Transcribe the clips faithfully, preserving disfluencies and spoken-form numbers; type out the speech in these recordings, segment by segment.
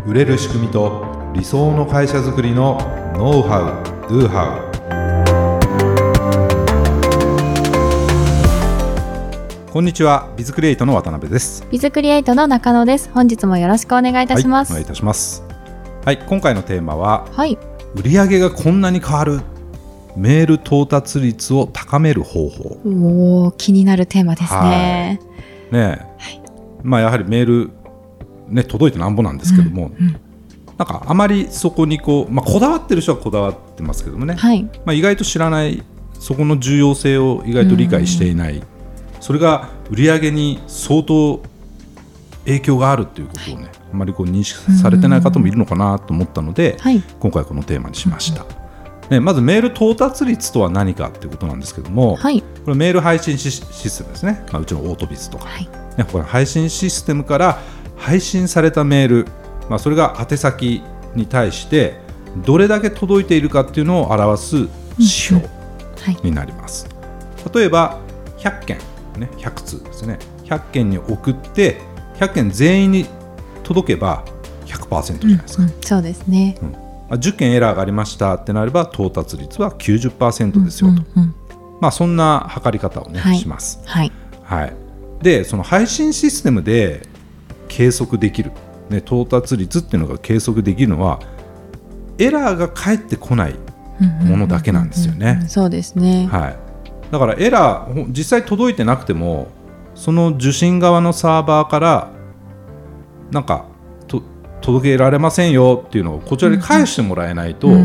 売れる仕組みと理想の会社づくりのノウハウ・ドゥハウ。こんにちは、ビズクリエイトの渡辺です。 ビズクリエイトの中野です。本日もよろしくお願いいたします。 はい、お願いいたします。はい、今回のテーマは、 はい、 売上がこんなに変わるメール到達率を高める方法。 おー、気になるテーマですね。 はい、ねえ、はい、まあ、やはりメール、ね、届いてなんぼなんですけども、うんうん、なんかあまりそこにこう、まあ、こだわってる人はこだわってますけどもね、はい、まあ、意外と知らない、そこの重要性を意外と理解していない、うん、それが売上に相当影響があるということをね、はい、あまりこう認識されてない方もいるのかなと思ったので、はい、今回このテーマにしました。ね、まずメール到達率とは何かということなんですけども、はい、これメール配信システムですね、まあ、うちのオートビズとか、はい、ね、これ配信システムから配信されたメール、まあ、それが宛先に対してどれだけ届いているかっていうのを表す指標になります、うんうん、はい、例えばひゃっけん、ね、ひゃくつうですね、ひゃっけんに送ってひゃっけん全員に届けば ひゃくパーセント じゃないですか、うんうん、そうですね、うん、じゅっけんエラーがありましたってなれば到達率は きゅうじゅっパーセント ですよと、うんうんうん、まあ、そんな測り方を、ね、はい、します、はいはい、でその配信システムで計測できる、ね、到達率っていうのが計測できるのはエラーが返ってこないものだけなんですよね。 そうですね、 はい、だからエラー実際届いてなくてもその受信側のサーバーからなんかと届けられませんよっていうのをこちらに返してもらえないと、うん、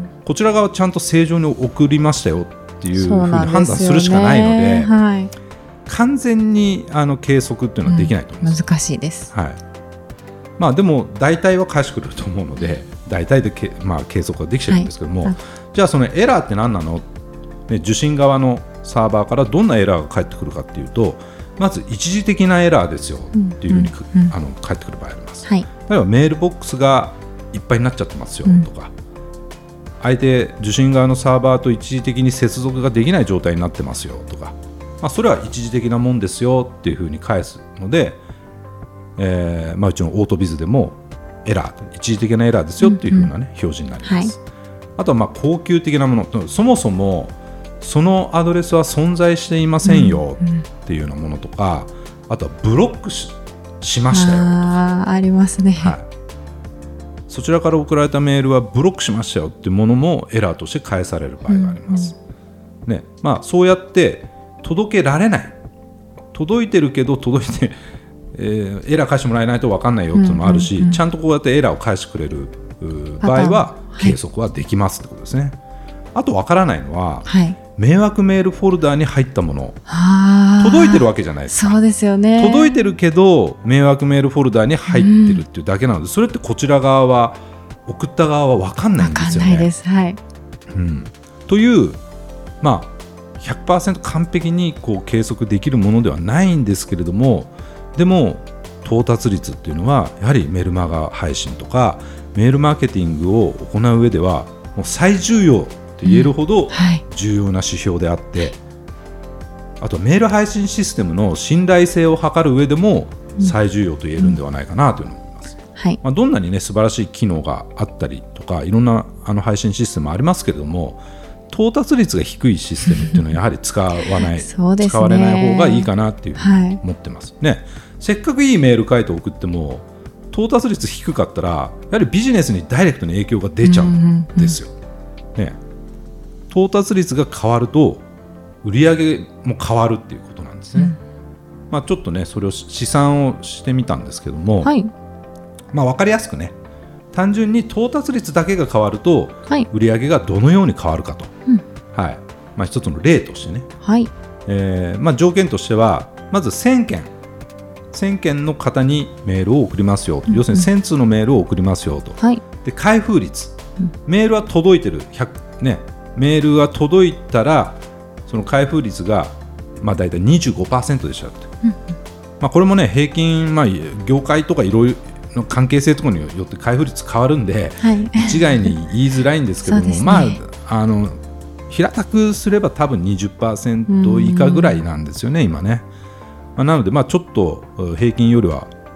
こちら側ちゃんと正常に送りましたよっていうふうに判断するしかないので、はい、完全にあの計測っていうのはできないと思います、 うん、難しいです、 はい、まあ、でも大体は返してくれると思うので大体でけ、まあ、計測ができちゃうんですけども、はい、じゃあそのエラーって何なの、ね、受信側のサーバーからどんなエラーが返ってくるかっていうとまず一時的なエラーですよっていうふうに、うんうん、あの返ってくる場合あります、はい、例えばメールボックスがいっぱいになっちゃってますよとか、うん、相手受信側のサーバーと一時的に接続ができない状態になってますよとか、まあ、それは一時的なもんですよっていうふうに返すので、えーまあ、うちのオートビズでもエラー一時的なエラーですよっていうふうな、ね、うんうん、表示になります、はい、あとはまあ恒久的なもの、そもそもそのアドレスは存在していませんよっていうようなものとか、うんうん、あとはブロック し, しましたよとかあ, ありますね、はい、 そちらから送られたメールはブロックしましたよっていうものもエラーとして返される場合があります、うんうん、ね、まあ、そうやって届けられない届いてるけど届いて、えー、エラー返してもらえないと分かんないよっていうのもあるし、うんうんうん、ちゃんとこうやってエラーを返してくれる場合は計測はできますってことですね、はい、あと分からないのは、はい、迷惑メールフォルダーに入ったもの届いてるわけじゃないですか。 そうですよね、 届いてるけど迷惑メールフォルダーに入ってるっていうだけなので、うん、それってこちら側は送った側は分かんないんですよね。 分かんないです、はい、 うん、という、まあ、ひゃくパーセント 完璧にこう計測できるものではないんですけれども、でも到達率っていうのはやはりメルマガ配信とかメールマーケティングを行う上ではもう最重要と言えるほど重要な指標であって、うん、はい、あとメール配信システムの信頼性を測る上でも最重要と言えるんではないかなというのを思います、うん、はい、まあ、どんなに、ね、素晴らしい機能があったりとかいろんなあの配信システムありますけれども到達率が低いシステムっていうのはやはり使わないそうですね、使われない方がいいかなっていうふうに思ってます、はい、ね、せっかくいいメール書いて送っても到達率低かったらやはりビジネスにダイレクトに影響が出ちゃうんですよ、うんうんうん、ね、到達率が変わると売り上げも変わるっていうことなんですね、うん、まあ、ちょっとねそれを試算をしてみたんですけども、はい、まあ、分かりやすくね単純に到達率だけが変わると、はい、売り上げがどのように変わるかと、うん、はい、まあ、一つの例としてね、はい、えーまあ、条件としてはまずせんけんせんけんの方にメールを送りますよ、うんうん、要するにせんつうのメールを送りますよと、はい、で開封率、うん、メールは届いてるひゃく、ね、メールが届いたらその開封率がまあだいたい にじゅうごパーセント でしたって、うんうん、まあ、これもね平均、まあ、業界とかいろいろの関係性とかによって開封率変わるんで、はい、一概に言いづらいんですけども、ね、まあ、あの平たくすれば多分 にじゅっパーセント 以下ぐらいなんですよね今ね、まあ、なのでまあちょっと平均よりは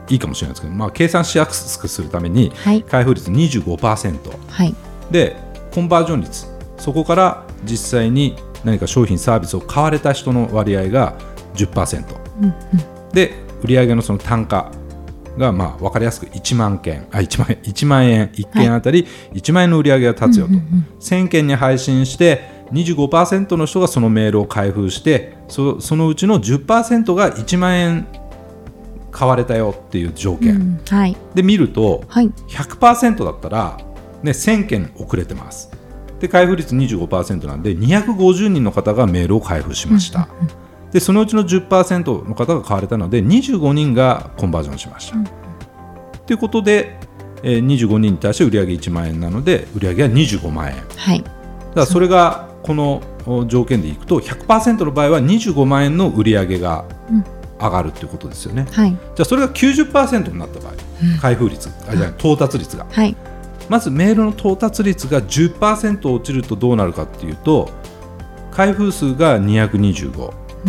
いいかもしれないですけど、まあ、計算しやすくするために、 はい、 開封率 にじゅうごパーセント、 はい、 でコンバージョン率、そこから実際に何か商品サービスを買われた人の割合が じゅっパーセント、 うんうん、で売上のその単価がまあ分かりやすくいちまんけん、あいちまんえん、いちまんえんいっけんあたりいちまんえんの売上が立つよと、うんうんうん、せんけんに配信してにじゅうごパーセントの人がそのメールを開封して、 そ, そのうちの じゅっパーセント がいちまんえん買われたよっていう条件、うんはい、で見ると、はい、ひゃくパーセント だったら、ね、せんけん遅れてます。で開封率 にじゅうごパーセント なんでにひゃくごじゅうにんの方がメールを開封しました、うんうんうん、でそのうちの じゅっパーセント の方が買われたのでにじゅうごにんがコンバージョンしました、うん、ということで、えー、にじゅうごにんに対して売上いちまんえんなので売上はにじゅうごまんえん、はい、だからそれがこの条件でいくと ひゃくパーセント の場合はにじゅうごまんえんの売上が上がるということですよね、はい、じゃあそれが きゅうじゅっパーセント になった場合、うん、開封率あじゃあ到達率が、はい、まずメールの到達率が じゅっパーセント 落ちるとどうなるかっていうと、開封数がにひゃくにじゅうご、うん、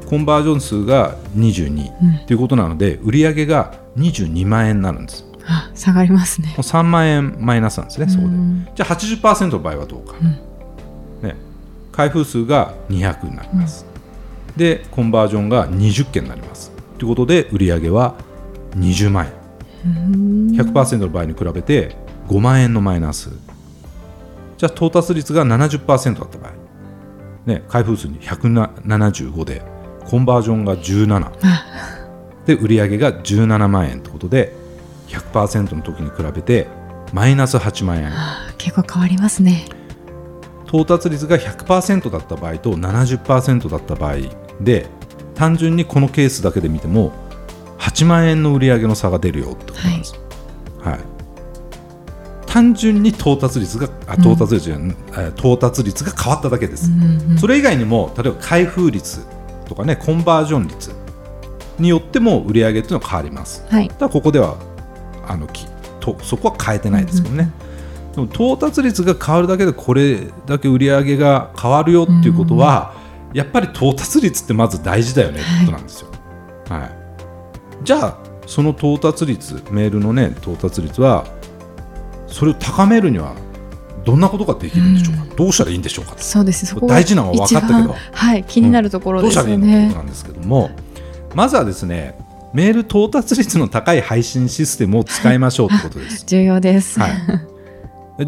コンバージョン数がにじゅうに、うん、ということなので売上がにじゅうにまんえんになるんです。 あ、下がりますね。 さんまんえんマイナスなんですね、そこで。じゃあ はちじゅっパーセント の場合はどうか、うんね、開封数がにひゃくになります、うん、でコンバージョンがにじゅっけんになりますということで売上はにじゅうまんえん、 ひゃくパーセント の場合に比べてごまんえんのマイナス。じゃあ到達率が ななじゅっパーセント だった場合、ね、開封数にひゃくななじゅうごでコンバージョンがじゅうななで売上がじゅうななまんえんということで ひゃくパーセント の時に比べてマイナスはちまんえん、 結構変わりますね。 到達率が ひゃくパーセント だった場合と ななじゅっパーセント だった場合で単純にこのケースだけで見てもはちまんえんの売上の差が出るよってことなんです、はいはい、単純に到達率があ到達率、うん、到達率が変わっただけです、うんうん、それ以外にも例えば開封率とかねコンバージョン率によっても売上っていうのは変わります、はい、だからここではあのきとそこは変えてないですけどね、うんうん、でも到達率が変わるだけでこれだけ売上が変わるよっていうことは、うん、やっぱり到達率ってまず大事だよねってことなんですよ、はいはい、じゃあその到達率メールのね到達率はそれを高めるにはどんなことができるんでしょうか、うん、どうしたらいいんでしょうか。 そうです、そこ大事なのは分かったけど、 はい、気になるところですよね、 うん、どうしたらいいのかということなんですけども、まずはですねメール到達率の高い配信システムを使いましょうということです。 重要です、はい、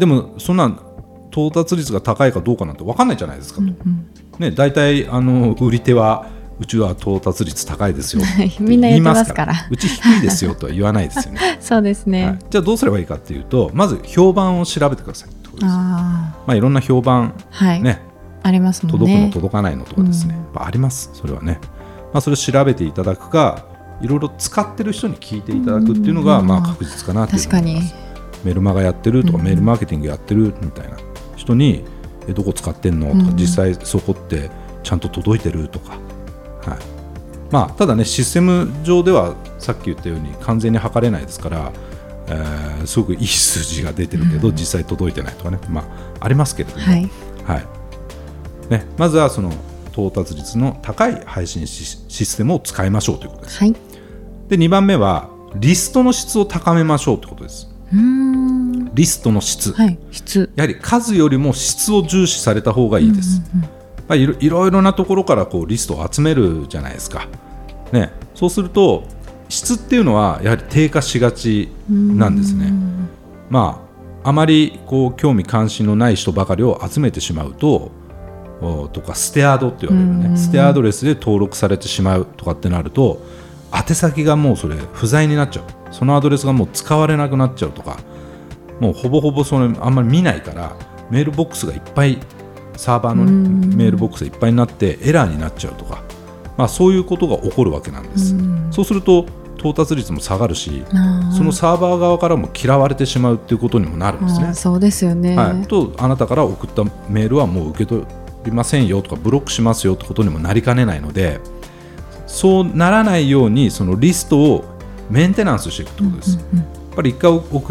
でもそんな到達率が高いかどうかなんて分かんないじゃないですかと、うんうんね、大体あの売り手はうちは到達率高いですよみんな言ってますからうち低いですよとは言わないですよねそうですね、はい、 じゃあどうすればいいかっていうとまず評判を調べてくださいってことです。あ、まあ、いろんな評判、はいね、 ありますもんね。 届くの届かないのとかですね、うん、ありますそれはね、まあ、それを調べていただくかいろいろ使ってる人に聞いていただくっていうのがまあ確実かなというふうに思います。メルマガやってるとか、うん、メールマーケティングやってるみたいな人にえどこ使ってんのとか、うん、実際そこってちゃんと届いてるとか、はい、まあ、ただねシステム上ではさっき言ったように完全に測れないですから、えー、すごくいい数字が出てるけど、うん、実際届いてないとかね、まあ、ありますけれども、はいはいね、まずはその到達率の高い配信システムを使いましょうということです、はい、でにばんめはリストの質を高めましょうということです。うーんリストの質、はい、質やはり数よりも質を重視された方がいいです、うんうんうん、まあ、いろ、いろいろなところからこうリストを集めるじゃないですか、ね、そうすると質っていうのはやはり低下しがちなんですね。まあ、あまりこう興味関心のない人ばかりを集めてしまうととかステアードって言われるねステアドレスで登録されてしまうとかってなると宛先がもうそれ不在になっちゃう、そのアドレスがもう使われなくなっちゃうとか、もうほぼほぼそれあんまり見ないからメールボックスがいっぱいサーバーの、ね、メールボックスがいっぱいになってエラーになっちゃうとか、まあ、そういうことが起こるわけなんです。そうすると到達率も下がるし、そのサーバー側からも嫌われてしまうっていうことにもなるんですね。 そうですよね、 はい、とあなたから送ったメールはもう受け取りませんよとかブロックしますよってことにもなりかねないので、そうならないようにそのリストをメンテナンスしていくってことです、うんうんうん、やっぱり一回送って、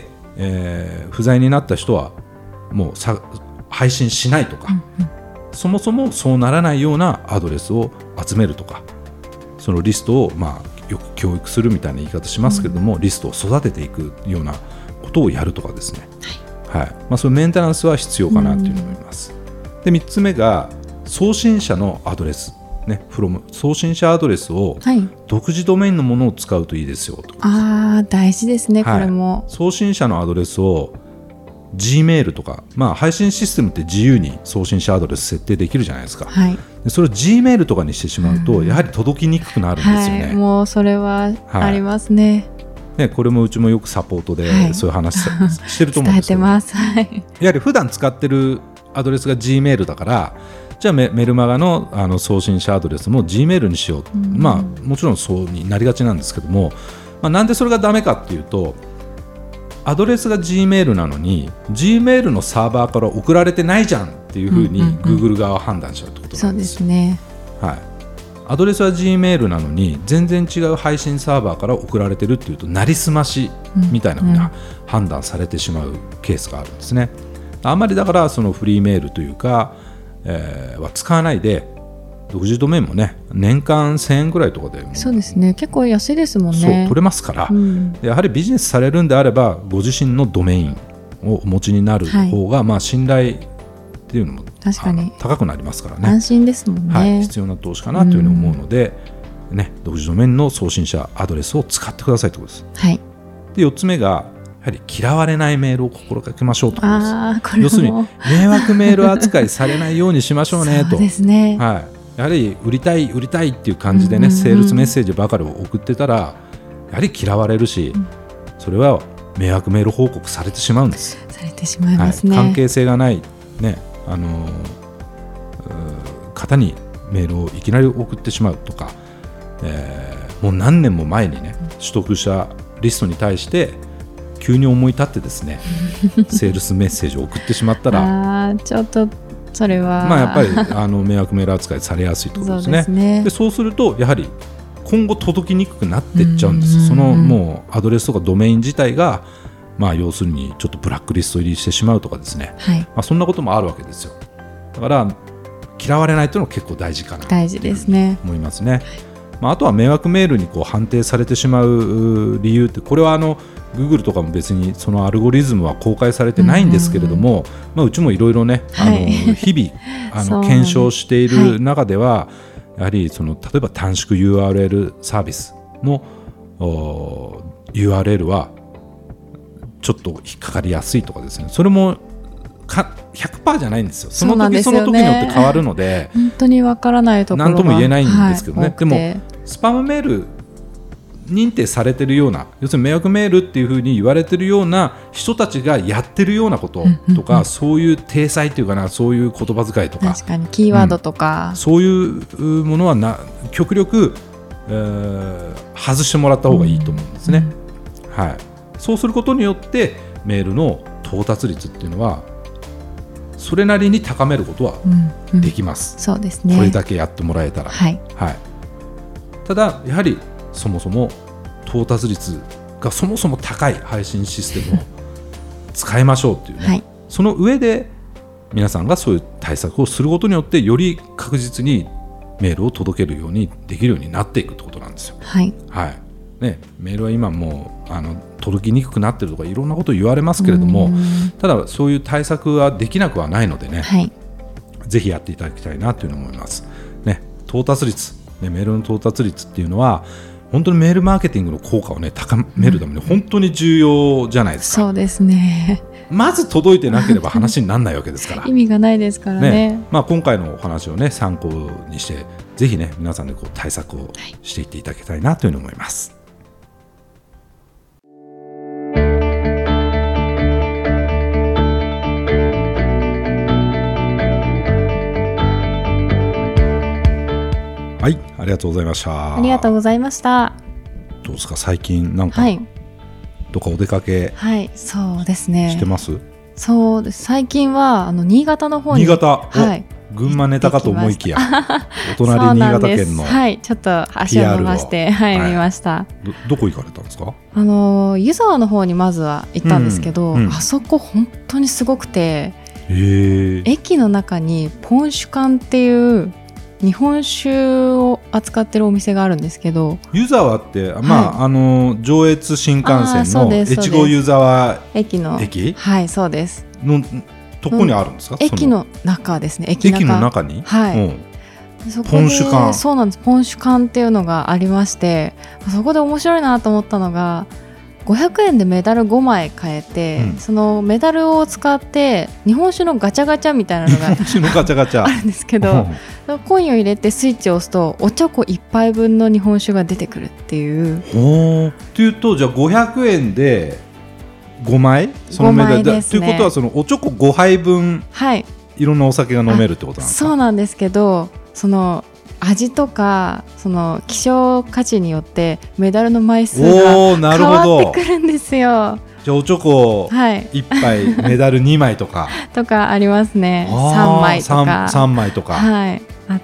えー、不在になった人はもうさ配信しないとか、うんうん、そもそもそうならないようなアドレスを集めるとか、そのリストをまあよく教育するみたいな言い方しますけれども、うん、リストを育てていくようなことをやるとかですね、はいはい、まあ、そのメンテナンスは必要かなというふうに思います、うん、でみっつめが送信者のアドレスね、from 送信者アドレスを独自ドメインのものを使うといいですよと、 はい、あ大事ですね、これも、 はい、送信者のアドレスを Gmail とか、まあ、配信システムって自由に送信者アドレス設定できるじゃないですか、はい、でそれを Gmail とかにしてしまうと、うん、やはり届きにくくなるんですよね、 はい、もうそれはありますね、 はい、ね、これもうちもよくサポートでそういう話してると思うんですけど、 伝えてます、はい、 やはり普段使ってるアドレスが Gmail だから、じゃあメルマガ の, あの送信者アドレスも Gmail にしよう、うん、まあ、もちろんそうになりがちなんですけども、まあ、なんでそれがダメかっていうと、アドレスが Gmail なのに Gmail のサーバーから送られてないじゃんっていうふうに Google 側は判断しちゃうってことなんです。 そうですね、 はい、アドレスは Gmail なのに全然違う配信サーバーから送られてるっていうと、なりすましみたいなふうに判断されてしまうケースがあるんですね。あんまりだからそのフリーメールというか、えー、は使わないで、独自ドメインもね年間せんえんぐらいとかで、 そうですね、結構安いですもんね。 そう取れますから、うん、やはりビジネスされるんであればご自身のドメインをお持ちになる方が、はい、まあ、信頼っていうのも確かに高くなりますからね、 安心ですもんね、 はい、必要な投資かなというふうに思うので、うん、ね、独自ドメインの送信者アドレスを使ってくださいということです、はい、でよっつめがやはり嫌われないメールを心がけましょうということです。 あこれも要するに迷惑メール扱いされないようにしましょうねと。 そうですね、 はい、やはり売りたい売りたいっていう感じでね、うんうんうん、セールスメッセージばかりを送ってたらやはり嫌われるし、うん、それは迷惑メール報告されてしまうんです。 されてしまいますね、 はい、関係性がない、ね、あの方にメールをいきなり送ってしまうとか、えー、もう何年も前にね取得者リストに対して急に思い立ってですねセールスメッセージを送ってしまったらあちょっとそれは、 まあ、やっぱりあの迷惑メール扱いされやすいところですね。 そうですね。でそうするとやはり今後届きにくくなっていっちゃうんです。そのもうアドレスとかドメイン自体が、まあ、要するにちょっとブラックリスト入りしてしまうとかですね、はい、まあ、そんなこともあるわけですよ。だから嫌われないというのは結構大事かなと思いますね。まあ、あとは迷惑メールにこう判定されてしまう理由って、これはあのGoogle とかも別にそのアルゴリズムは公開されてないんですけれども、うんまあ、うちもいろいろね、はい、あの日々あの検証している中では、はい、やはりその例えば短縮 ユーアールエル サービスの ユーアールエル はちょっと引っかかりやすいとかですね、それもか ひゃくパーセント じゃないんですよ。その時その時によって変わるので、 本当にわからないところが何とも言えないんですけどね、はい、でもてスパムメール認定されているような、要するに迷惑メールっていうふうに言われているような人たちがやってるようなこととか、うんうんうん、そういう体裁というかな、そういう言葉遣いとか、 確かにキーワードとか、 うん、そういうものはな極力、えー、外してもらった方がいいと思うんですね、うんうん、はい、そうすることによってメールの到達率っていうのはそれなりに高めることはできます、 うんうん、そうですね、 これだけやってもらえたら、はいはい、ただやはりそもそも到達率がそもそも高い配信システムを使いましょうっていうね、はい、その上で皆さんがそういう対策をすることによってより確実にメールを届けるようにできるようになっていくってことなんですよ、はいはいね、メールは今もうあの届きにくくなってるとかいろんなことを言われますけれども、ただそういう対策はできなくはないのでね、はい、ぜひやっていただきたいなというふうに思います、ね、到達率、ね、メールの到達率っていうのは本当にメールマーケティングの効果を、ね、高めるために本当に重要じゃないですか、 うん、そうですね。 まず届いてなければ話にならないわけですから意味がないですから ね, ね、まあ、今回のお話を、ね、参考にしてぜひ、ね、皆さんでこう対策をしていっていただきたいなというふうに思います、はい、ありがとうございました。 ありがとうございました。 どうですか、最近なんか、はい、どっかお出かけそうですねしてます？ そうです。最近はあの新潟の方に、 新潟、はい、群馬ネタかと思いきやお隣新潟県のはい、ちょっと足を伸ばして、はいはい、見ました。 ど, どこ行かれたんですか？ あの湯沢の方にまずは行ったんですけど、うんうん、あそこ本当にすごくて、へ駅の中にポンシュ館っていう日本酒を扱ってるお店があるんですけど、 湯沢って、まあはい、あの上越新幹線の越後湯沢駅の駅はいそうですのとこにあるんですか？ 駅の中ですね。駅中駅の中に、 はい、うんそこでポン酒館そうなんです。ポン酒館っていうのがありまして、そこで面白いなと思ったのがごひゃくえんでメダルごまい買えて、うん、そのメダルを使って日本酒のガチャガチャみたいなのが日本酒のガチャガチャあるんですけど、うん、コインを入れてスイッチを押すとおちょこいっぱいぶんの日本酒が出てくるっていう。 おっていうとじゃあごひゃくえんでごまいそのメダルですね。ということはそのおちょこごはいぶん、はい、いろんなお酒が飲めるってことなんですか？ そうなんですけど、その味とかその希少価値によってメダルの枚数が変わってくるんですよ。 じゃあおちょこいっぱい、はい、メダルにまいとかとかありますね。さんまいとか 3, さんまいとか、 はい、あって、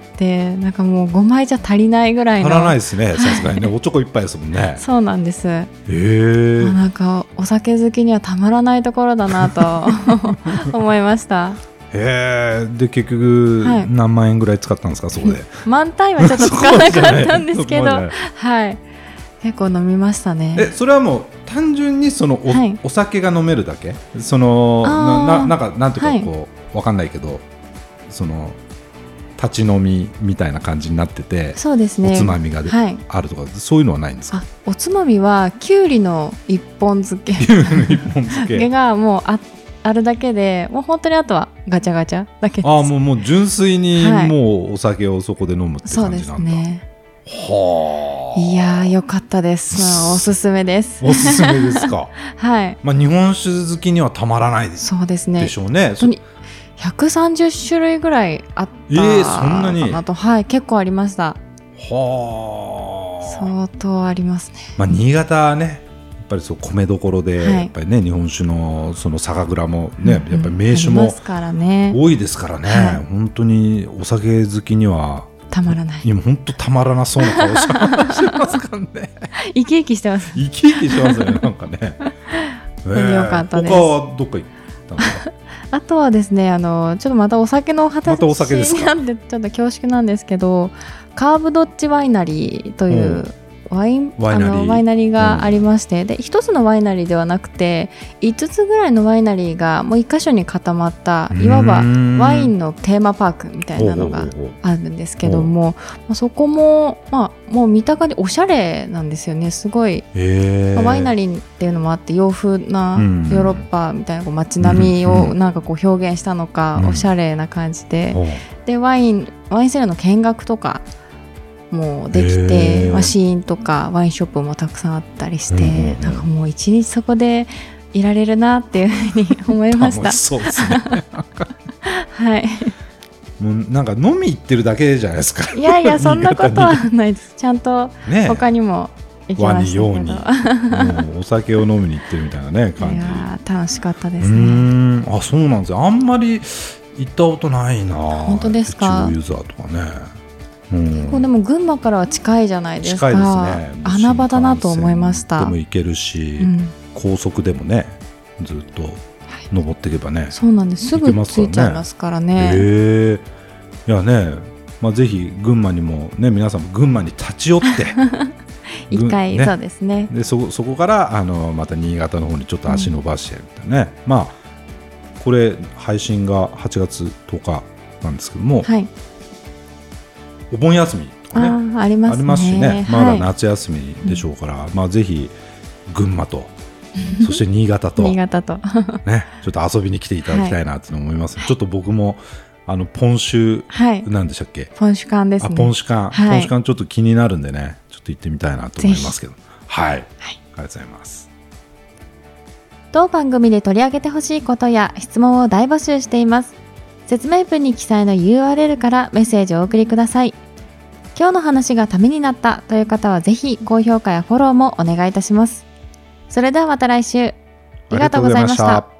なんかもうごまいじゃ足りないぐらいの。 足らないですね、さすがにね。おちょこいっぱいですもんね。 そうなんです。へー、 なんかお酒好きにはたまらないところだなと思いました。 へー、で結局何万円ぐらい使ったんですか、そこで。 満タンはちょっと使わなかったんですけどはい、結構飲みましたね。 えそれはもう単純にその お,、はい、お酒が飲めるだけ、その な, な, なんかなんていうかこう、はい、わかんないけど、その立ち飲みみたいな感じになってて、 そうですね、 おつまみが、はい、あるとかそういうのはないんですか？ あ、おつまみはきゅうりの一本漬けがもうあってあるだけで、もう本当にあとはガチャガチャだけです。 ああ、もう、もう純粋にもうお酒をそこで飲むって感じなんだ。そうですね。はあ。 いやーよかったです。おすすめです。 おすすめですか。 はい。 まあ日本酒好きにはたまらないです。 そうですね。 でしょうね。 本当にひゃくさんじゅっしゅるいぐらいあったかなと。えー、そんなに。はい、結構ありました。はあ。相当ありますね。 まあ新潟ね。やっぱりそう米どころで、はい、やっぱりね日本酒のその酒蔵もね、うんうん、やっぱり名酒も多いですからね、はい、本当にお酒好きにはたまらない。 今本当たまらなそうな顔してますからね。 生き生きしてます。 生き生きしてますよね、なんかね。 えー、よかったです。 他はどっか行ったんですか？ あとはですね、あのちょっとまたお酒の話になってちょっと恐縮なんですけど、カーブドッジワイナリーという、うんワインワイナリー、あのワイナリーがありまして、うん、で一つのワイナリーではなくていつつぐらいのワイナリーがもう一箇所に固まったいわばワインのテーマパークみたいなのがあるんですけども、そこも、まあ、もう見た感じおしゃれなんですよね。すごい、まあ、ワイナリーっていうのもあって洋風なヨーロッパみたいなこう街並みをなんかこう表現したのか、おしゃれな感じで、でワインワインセラーの見学とかもうできて、まあ、試飲とかワインショップもたくさんあったりして、うんうんうん、なんかもう一日そこでいられるなっていうふうに思いました。 楽しそうですね。 はい。 もうなんか飲み行ってるだけじゃないですか。 いやいやそんなことはないです。ちゃんと他にも行きましたけど、ね、 和に洋にもうお酒を飲みに行ってるみたいなね感じ。いや楽しかったですね。 うーん、あ、そうなんですよ。あんまり行ったことないな。 本当ですか？ 越後湯沢とかね。 うん、結構でも群馬からは近いじゃないですか。 近いですね。 穴場だなと思いました。 でも行けるし、うん、高速でもねずっと登っていけばね、はい、そうなんです。すぐ着いちゃいますからね。へえ。いやね、まあ、ぜひ群馬にもね皆さんも群馬に立ち寄って一回、ね、そうですね。 で そ, そこからあのまた新潟の方にちょっと足伸ばしてみたいなね、うん、まあこれ配信がはちがつとおかなんですけども、はい、お盆休みとかね あ, ありますね、ありますしね、まだ夏休みでしょうから、はい、まあ、ぜひ群馬とそして新潟と新潟と、 ね、ちょっと遊びに来ていただきたいなと思います、はい、ちょっと僕もあのポン酒、はい、なんでしたっけ、 ポン酒館ですね。 あ、ポン酒館、はい、ポン酒館ちょっと気になるんでね、ちょっと行ってみたいなと思いますけど、はい、はい、ありがとうございます。 当番組で取り上げてほしいことや質問を大募集しています。説明文に記載の ユーアールエル からメッセージをお送りください。今日の話がためになったという方はぜひ高評価やフォローもお願いいたします。それではまた来週。ありがとうございました。